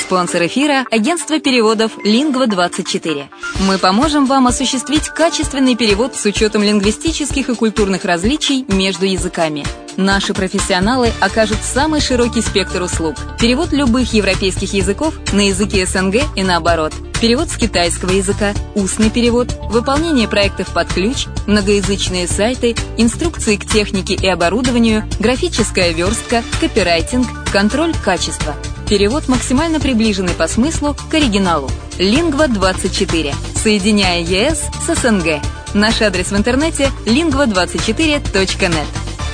Спонсор эфира – агентство переводов Lingva24. Мы поможем вам осуществить качественный перевод с учетом лингвистических и культурных различий между языками. Наши профессионалы окажут самый широкий спектр услуг. Перевод любых европейских языков на языки СНГ и наоборот. Перевод с китайского языка, устный перевод, выполнение проектов под ключ, многоязычные сайты, инструкции к технике и оборудованию, графическая верстка, копирайтинг, контроль качества. Перевод максимально приближенный по смыслу к оригиналу. Lingva24. Соединяя ЕС с СНГ. Наш адрес в интернете lingva24.net.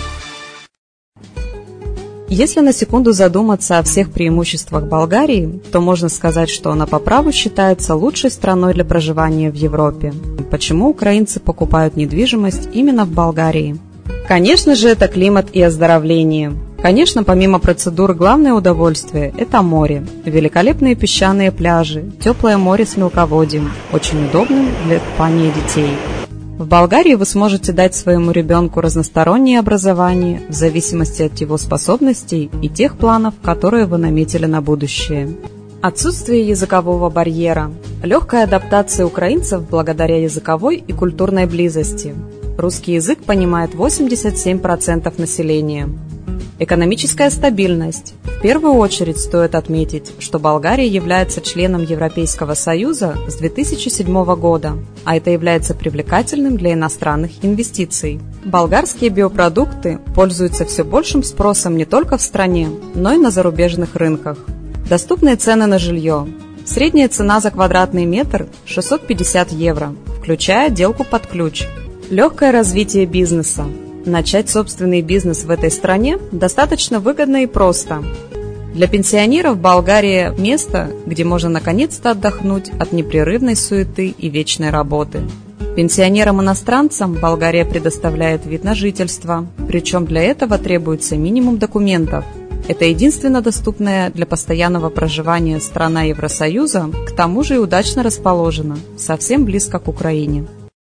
Если на секунду задуматься о всех преимуществах Болгарии, то можно сказать, что она по праву считается лучшей страной для проживания в Европе. Почему украинцы покупают недвижимость именно в Болгарии? Конечно же, это климат и оздоровление. Конечно, помимо процедур, главное удовольствие – это море. Великолепные песчаные пляжи, теплое море с мелководьем, очень удобным для купания детей. В Болгарии вы сможете дать своему ребенку разностороннее образование в зависимости от его способностей и тех планов, которые вы наметили на будущее. Отсутствие языкового барьера. Легкая адаптация украинцев благодаря языковой и культурной близости. Русский язык понимает 87% населения. Экономическая стабильность. В первую очередь стоит отметить, что Болгария является членом Европейского Союза с 2007 года, а это является привлекательным для иностранных инвестиций. Болгарские биопродукты пользуются все большим спросом не только в стране, но и на зарубежных рынках. Доступные цены на жилье. Средняя цена за квадратный метр – 650 евро, включая отделку под ключ. Легкое развитие бизнеса. Начать собственный бизнес в этой стране достаточно выгодно и просто. Для пенсионеров Болгария – место, где можно наконец-то отдохнуть от непрерывной суеты и вечной работы. Пенсионерам-иностранцам Болгария предоставляет вид на жительство, причем для этого требуется минимум документов. Это единственно доступная для постоянного проживания страна Евросоюза, к тому же и удачно расположена, совсем близко к Украине.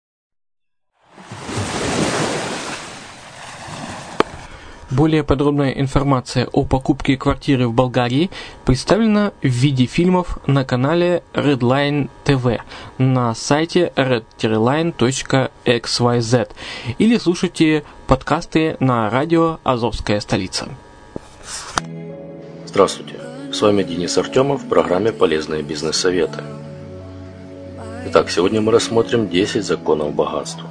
Более подробная информация о покупке квартиры в Болгарии представлена в виде фильмов на канале Redline TV на сайте red-line.xyz или слушайте подкасты на радио «Азовская столица». Здравствуйте, с вами Денис Артемов в программе «Полезные бизнес-советы». Итак, сегодня мы рассмотрим 10 законов богатства.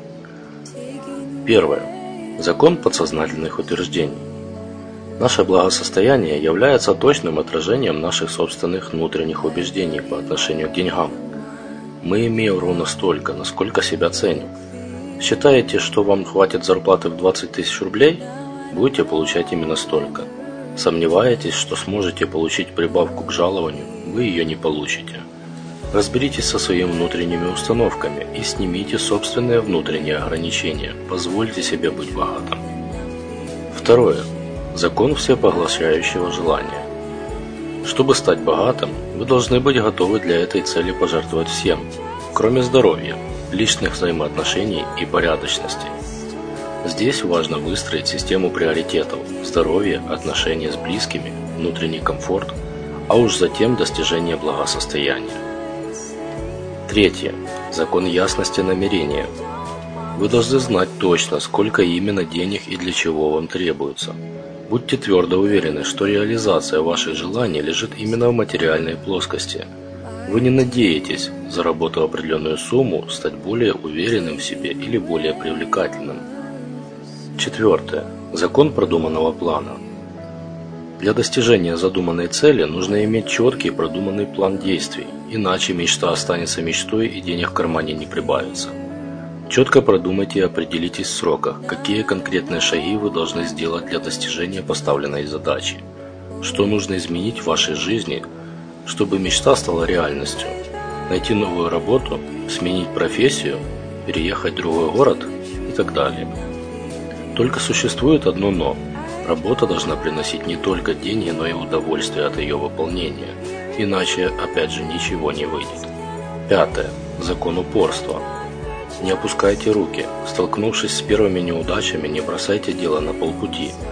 Первое. Закон подсознательных утверждений. Наше благосостояние является точным отражением наших собственных внутренних убеждений по отношению к деньгам. Мы имеем ровно столько, насколько себя ценим. Считаете, что вам хватит зарплаты в 20 тысяч рублей? Будете получать именно столько. Сомневаетесь, что сможете получить прибавку к жалованию? Вы ее не получите. Разберитесь со своими внутренними установками и снимите собственные внутренние ограничения. Позвольте себе быть богатым. Второе. Закон всепоглощающего желания. Чтобы стать богатым, вы должны быть готовы для этой цели пожертвовать всем, кроме здоровья, личных взаимоотношений и порядочности. Здесь важно выстроить систему приоритетов: здоровье, отношения с близкими, внутренний комфорт, а уж затем достижение благосостояния. Третье. Закон ясности намерения. Вы должны знать точно, сколько именно денег и для чего вам требуется. Будьте твердо уверены, что реализация ваших желаний лежит именно в материальной плоскости. Вы не надеетесь, заработав определенную сумму, стать более уверенным в себе или более привлекательным. Четвертое. Закон продуманного плана. Для достижения задуманной цели нужно иметь четкий продуманный план действий, иначе мечта останется мечтой и денег в кармане не прибавится. Четко продумайте и определитесь в сроках, какие конкретные шаги вы должны сделать для достижения поставленной задачи. Что нужно изменить в вашей жизни, чтобы мечта стала реальностью. Найти новую работу, сменить профессию, переехать в другой город и так далее. Только существует одно «но». Работа должна приносить не только деньги, но и удовольствие от ее выполнения. Иначе, опять же, ничего не выйдет. Пятое. Закон упорства. Не опускайте руки. Столкнувшись с первыми неудачами, не бросайте дело на полпути.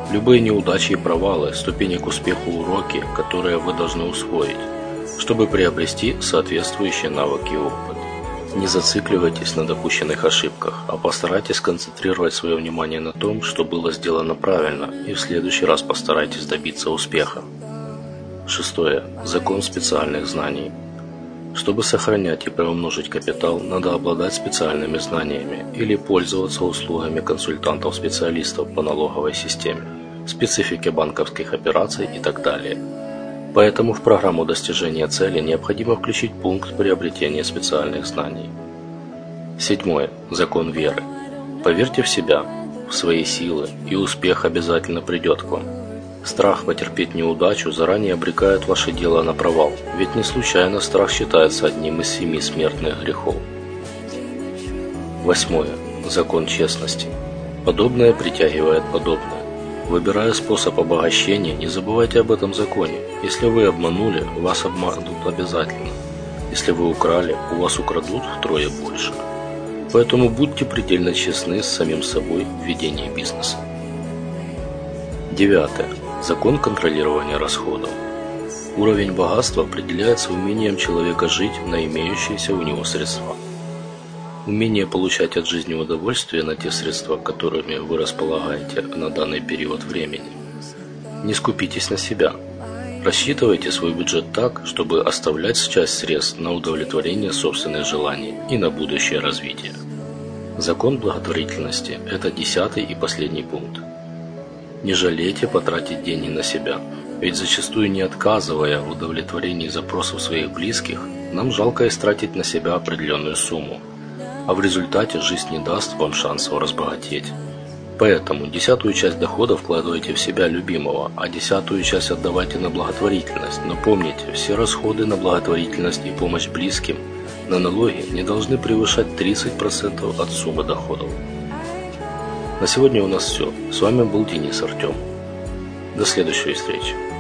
Любые неудачи и провалы – ступени к успеху уроки, которые вы должны усвоить, чтобы приобрести соответствующие навыки и опыт. Не зацикливайтесь на допущенных ошибках, а постарайтесь сконцентрировать свое внимание на том, что было сделано правильно, и в следующий раз постарайтесь добиться успеха. 6. Закон специальных знаний. Чтобы сохранять и приумножить капитал, надо обладать специальными знаниями или пользоваться услугами консультантов-специалистов по налоговой системе, специфике банковских операций и так далее. Поэтому в программу достижения цели необходимо включить пункт приобретения специальных знаний. 7. Закон веры. Поверьте в себя, в свои силы, и успех обязательно придет к вам. Страх потерпеть неудачу заранее обрекает ваше дело на провал, ведь не случайно страх считается одним из 7 смертных грехов. 8. Закон честности. Подобное притягивает подобное. Выбирая способ обогащения, не забывайте об этом законе. Если вы обманули, вас обманут обязательно. Если вы украли, у вас украдут втрое больше. Поэтому будьте предельно честны с самим собой в ведении бизнеса. 9. Закон контролирования расходов. Уровень богатства определяется умением человека жить на имеющиеся у него средства. Умение получать от жизни удовольствие на те средства, которыми вы располагаете на данный период времени. Не скупитесь на себя. Рассчитывайте свой бюджет так, чтобы оставлять часть средств на удовлетворение собственных желаний и на будущее развитие. Закон благотворительности – это 10-й и последний пункт. Не жалейте потратить деньги на себя, ведь зачастую не отказывая в удовлетворении запросов своих близких, нам жалко истратить на себя определенную сумму, а в результате жизнь не даст вам шансов разбогатеть. Поэтому 10-ю часть дохода вкладывайте в себя любимого, а 10-ю часть отдавайте на благотворительность. Но помните, все расходы на благотворительность и помощь близким на налоги не должны превышать 30% от суммы доходов. На сегодня у нас все. С вами был Денис Артем. До следующей встречи.